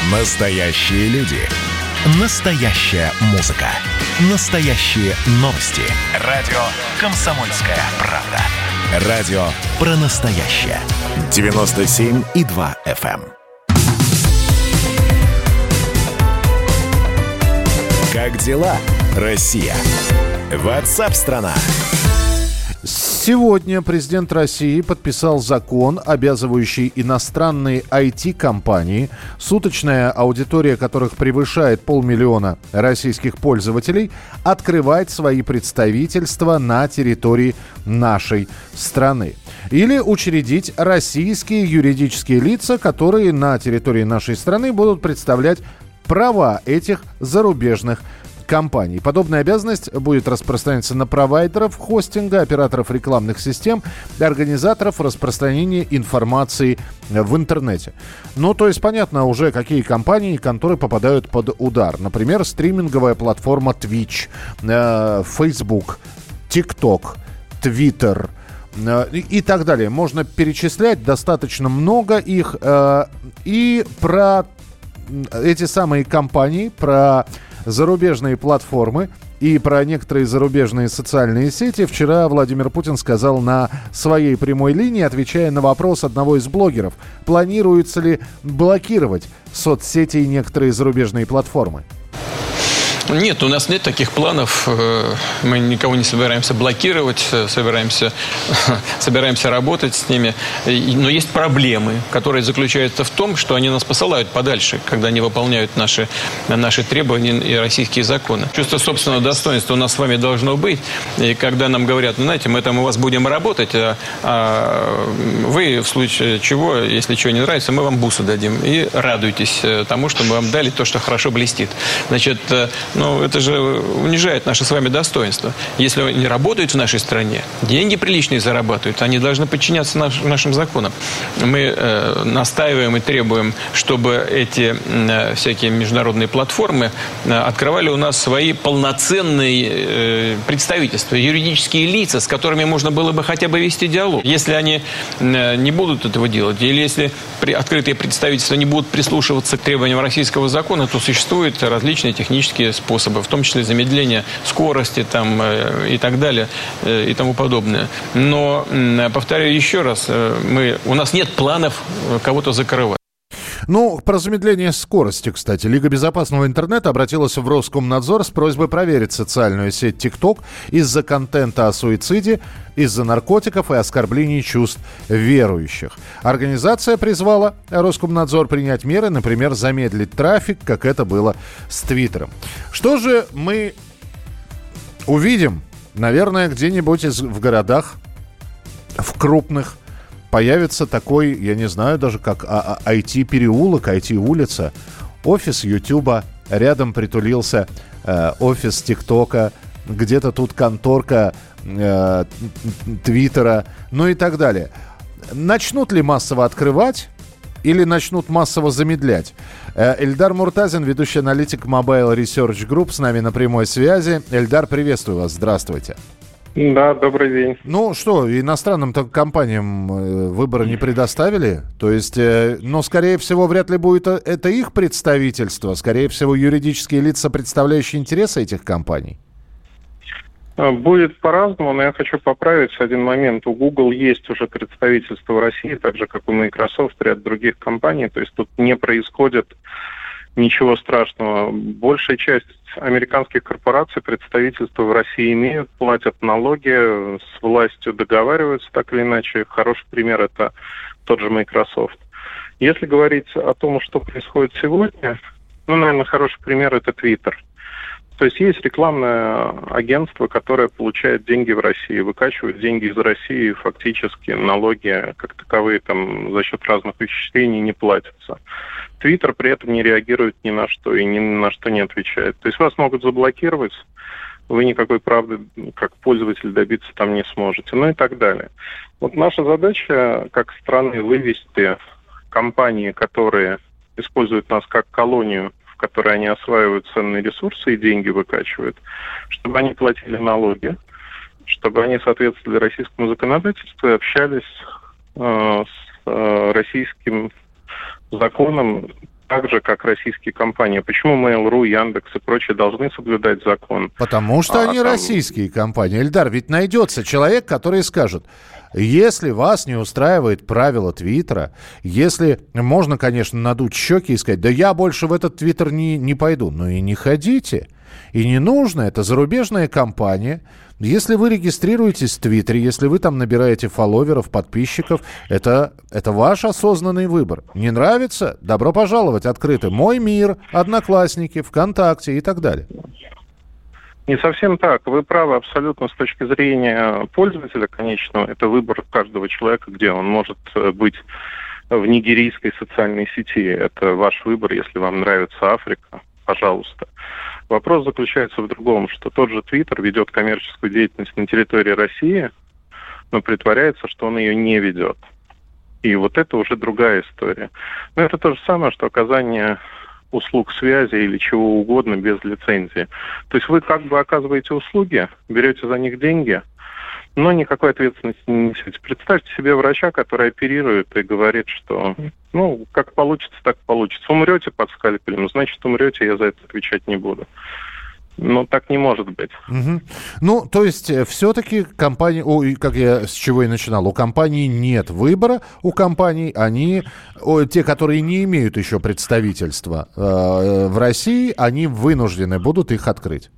Настоящие люди. Настоящая музыка. Настоящие новости. Радио «Комсомольская правда». Радио про настоящее. 97,2 FM. Как дела, Россия? WhatsApp-страна. Сегодня президент России подписал закон, обязывающий иностранные IT-компании, суточная аудитория которых превышает 500 000 российских пользователей, открывать свои представительства на территории нашей страны. Или учредить российские юридические лица, которые на территории нашей страны будут представлять права этих зарубежных компаний. Подобная обязанность будет распространяться на провайдеров хостинга, операторов рекламных систем и организаторов распространения информации в интернете. Ну, то есть понятно уже, какие компании и конторы попадают под удар. Например, стриминговая платформа Twitch, Facebook, TikTok, Twitter и так далее. Можно перечислять достаточно много их. И про эти самые компании, про зарубежные платформы и про некоторые зарубежные социальные сети вчера Владимир Путин сказал на своей прямой линии, отвечая на вопрос одного из блогеров: планируется ли блокировать соцсети и некоторые зарубежные платформы? Нет, у нас нет таких планов. Мы никого не собираемся блокировать, собираемся работать с ними. Но есть проблемы, которые заключаются в том, что они нас посылают подальше, когда они выполняют наши требования и российские законы. Чувство собственного достоинства у нас с вами должно быть. И когда нам говорят: ну, знаете, мы там у вас будем работать, а вы в случае чего, если чего не нравится, мы вам бусу дадим. И радуйтесь тому, что мы вам дали то, что хорошо блестит. Значит, это же унижает наше с вами достоинство. Если они работают в нашей стране, деньги приличные зарабатывают, они должны подчиняться нашим законам. Мы настаиваем и требуем, чтобы эти всякие международные платформы открывали у нас свои полноценные представительства, юридические лица, с которыми можно было бы хотя бы вести диалог. Если они не будут этого делать, или если открытые представительства не будут прислушиваться к требованиям российского закона, то существуют различные технические способы, в том числе замедление скорости и так далее, и тому подобное. Но, повторяю еще раз, у нас нет планов кого-то закрывать. Ну, про замедление скорости, кстати. Лига безопасного интернета обратилась в Роскомнадзор с просьбой проверить социальную сеть TikTok из-за контента о суициде, из-за наркотиков и оскорблений чувств верующих. Организация призвала Роскомнадзор принять меры, например, замедлить трафик, как это было с Твиттером. Что же мы увидим? Наверное, где-нибудь в городах, в крупных, появится такой, я не знаю даже как, IT-переулок, IT-улица, офис Ютуба, рядом притулился офис ТикТока, где-то тут конторка Твиттера, ну и так далее. Начнут ли массово открывать или начнут массово замедлять? Эльдар Муртазин, ведущий аналитик Mobile Research Group, с нами на прямой связи. Эльдар, приветствую вас, здравствуйте. Да, добрый день. Ну что, иностранным компаниям выбора не предоставили? То есть, но, скорее всего, вряд ли будет это их представительство. Скорее всего, юридические лица, представляющие интересы этих компаний. Будет по-разному, но я хочу поправить один момент. У Google есть уже представительство в России, так же, как у Microsoft и ряд других компаний. То есть тут не происходит ничего страшного. Большая часть американских корпораций представительство в России имеют, платят налоги, с властью договариваются так или иначе. Хороший пример — это тот же Microsoft. Если говорить о том, что происходит сегодня, наверное, хороший пример — это Twitter. То есть есть рекламное агентство, которое получает деньги в России, выкачивает деньги из России, и фактически налоги как таковые там за счет разных вычислений не платятся. Твиттер при этом не реагирует ни на что и ни на что не отвечает. То есть вас могут заблокировать, вы никакой правды как пользователь добиться там не сможете, ну и так далее. Вот наша задача как страны вывести компании, которые используют нас как колонию, в которой они осваивают ценные ресурсы и деньги выкачивают, чтобы они платили налоги, чтобы они соответствовали российскому законодательству и общались с российским законом так же, как российские компании. Почему Mail.ru, Яндекс и прочие должны соблюдать закон? Потому что они российские компании. Эльдар, ведь найдется человек, который скажет: если вас не устраивает правило Твиттера, если можно, конечно, надуть щеки и сказать: да я больше в этот Твиттер не пойду. Ну и не ходите. И не нужно. Это зарубежная компания. Если вы регистрируетесь в Твиттере, если вы там набираете фолловеров, подписчиков, это ваш осознанный выбор. Не нравится? Добро пожаловать, открыты Мой мир, Одноклассники, ВКонтакте и так далее. Не совсем так. Вы правы абсолютно с точки зрения пользователя конечного. Это выбор каждого человека, где он может быть в нигерийской социальной сети. Это ваш выбор. Если вам нравится Африка, пожалуйста. Вопрос заключается в другом, что тот же Твиттер ведет коммерческую деятельность на территории России, но притворяется, что он ее не ведет. И вот это уже другая история. Но это то же самое, что оказание услуг связи или чего угодно без лицензии. То есть вы как бы оказываете услуги, берете за них деньги, но никакой ответственности не несете. Представьте себе врача, который оперирует и говорит, что как получится, так получится. Умрете под скальпелем, значит умрете, я за это отвечать не буду. Но так не может быть. Угу. Ну, то есть, все-таки компании, как я с чего и начинал, у компаний нет выбора, у компаний те, которые не имеют еще представительства в России, они вынуждены будут их открыть.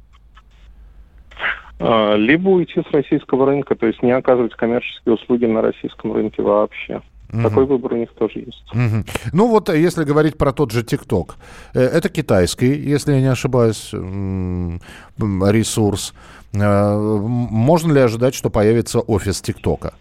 Либо уйти с российского рынка, то есть не оказывать коммерческие услуги на российском рынке вообще. Такой выбор у них тоже есть. Ну вот, если говорить про тот же ТикТок, это китайский, если я не ошибаюсь, ресурс. Можно ли ожидать, что появится офис ТикТока?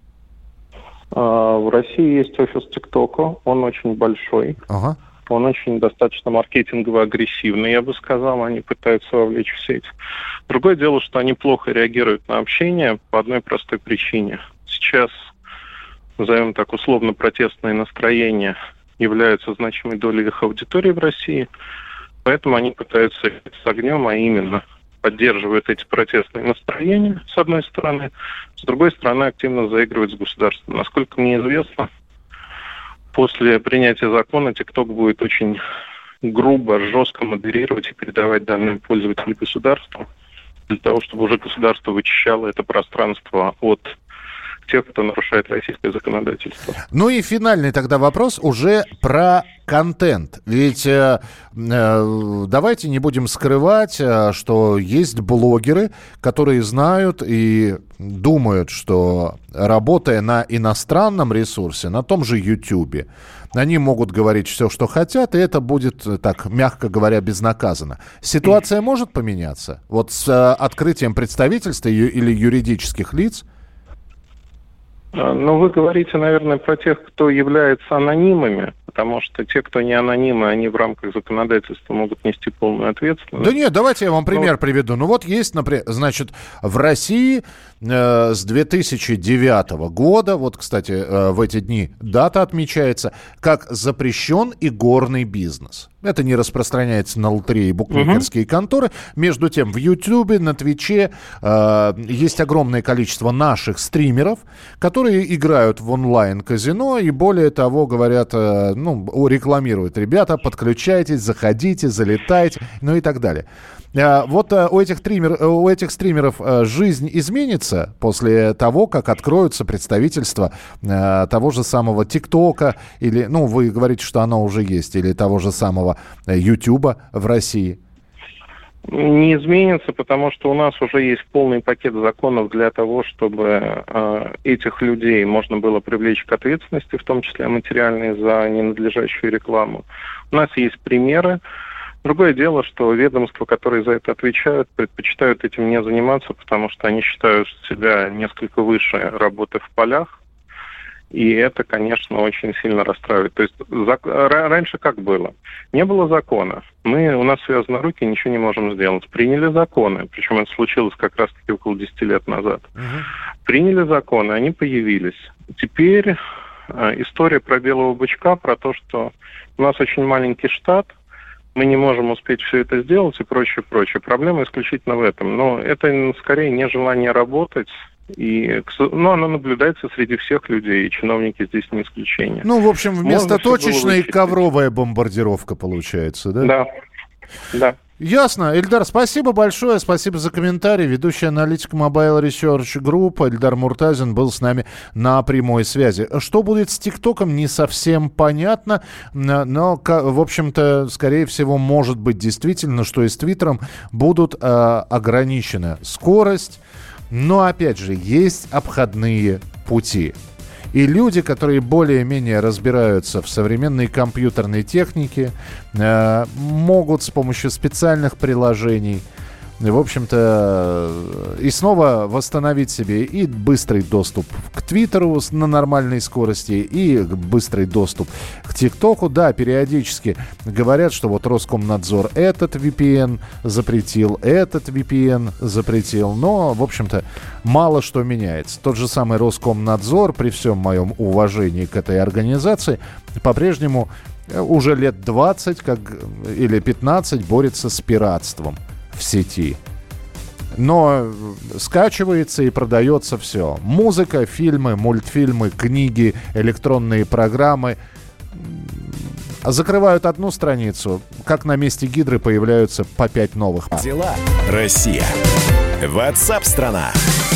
В России есть офис ТикТока, он очень большой. Ага. Он очень достаточно маркетингово-агрессивный, я бы сказал. Они пытаются вовлечь в сеть. Другое дело, что они плохо реагируют на общение по одной простой причине. Сейчас, назовем так условно, протестные настроения являются значимой долей их аудитории в России. Поэтому они пытаются играть с огнем, а именно поддерживают эти протестные настроения, с одной стороны. С другой стороны, активно заигрывают с государством. Насколько мне известно, после принятия закона TikTok будет очень грубо, жестко модерировать и передавать данные пользователей государству, для того, чтобы уже государство вычищало это пространство от тех, кто нарушает российское законодательство. Ну и финальный тогда вопрос уже про контент. Ведь давайте не будем скрывать, что есть блогеры, которые знают и думают, что, работая на иностранном ресурсе, на том же YouTube, они могут говорить все, что хотят, и это будет, так, мягко говоря, безнаказанно. Ситуация может поменяться? Вот с открытием представительства или юридических лиц? Ну, вы говорите, наверное, про тех, кто является анонимами, потому что те, кто не анонимы, они в рамках законодательства могут нести полную ответственность. Да нет, давайте я вам пример приведу. Ну вот есть, например, значит, в России с 2009 года, вот, кстати, в эти дни дата отмечается, как запрещен игорный бизнес. Это не распространяется на лотереи и букмекерские конторы. Между тем, в Ютубе, на Твиче есть огромное количество наших стримеров, которые играют в онлайн-казино и, более того, говорят, рекламируют: ребята, подключайтесь, заходите, залетайте, ну и так далее. Вот у этих стримеров жизнь изменится после того, как откроются представительства того же самого ТикТока, или, вы говорите, что оно уже есть, или того же самого Ютуба в России? Не изменится, потому что у нас уже есть полный пакет законов для того, чтобы этих людей можно было привлечь к ответственности, в том числе материальной, за ненадлежащую рекламу. У нас есть примеры. Другое дело, что ведомства, которые за это отвечают, предпочитают этим не заниматься, потому что они считают себя несколько выше работы в полях. И это, конечно, очень сильно расстраивает. То есть раньше как было? Не было закона. У нас связаны руки, ничего не можем сделать. Приняли законы, причем это случилось как раз-таки около 10 лет назад. Приняли законы, они появились. Теперь история про белого бычка, про то, что у нас очень маленький штат, мы не можем успеть все это сделать и прочее, прочее. Проблема исключительно в этом. Но это скорее не желание работать, Оно наблюдается среди всех людей, и чиновники здесь не исключение. В общем, вместо точечной ковровая бомбардировка получается, да? Да. Ясно. Эльдар, спасибо большое. Спасибо за комментарий. Ведущий аналитик Mobile Research Group Эльдар Муртазин был с нами на прямой связи. Что будет с ТикТоком, не совсем понятно. Но, в общем-то, скорее всего, может быть действительно, что и с Твиттером будут ограничена скорость. Но, опять же, есть обходные пути. И люди, которые более-менее разбираются в современной компьютерной технике, могут с помощью специальных приложений, в общем-то, и снова восстановить себе и быстрый доступ к Твиттеру на нормальной скорости, и быстрый доступ к ТикТоку. Да, периодически говорят, что вот Роскомнадзор этот VPN запретил, но, в общем-то, мало что меняется. Тот же самый Роскомнадзор, при всем моем уважении к этой организации, по-прежнему уже лет 20 или 15 борется с пиратством в сети. Но скачивается и продается все. Музыка, фильмы, мультфильмы, книги, электронные программы. Закрывают одну страницу, как на месте гидры появляются по 5 новых. Дела. Россия. WhatsApp-страна.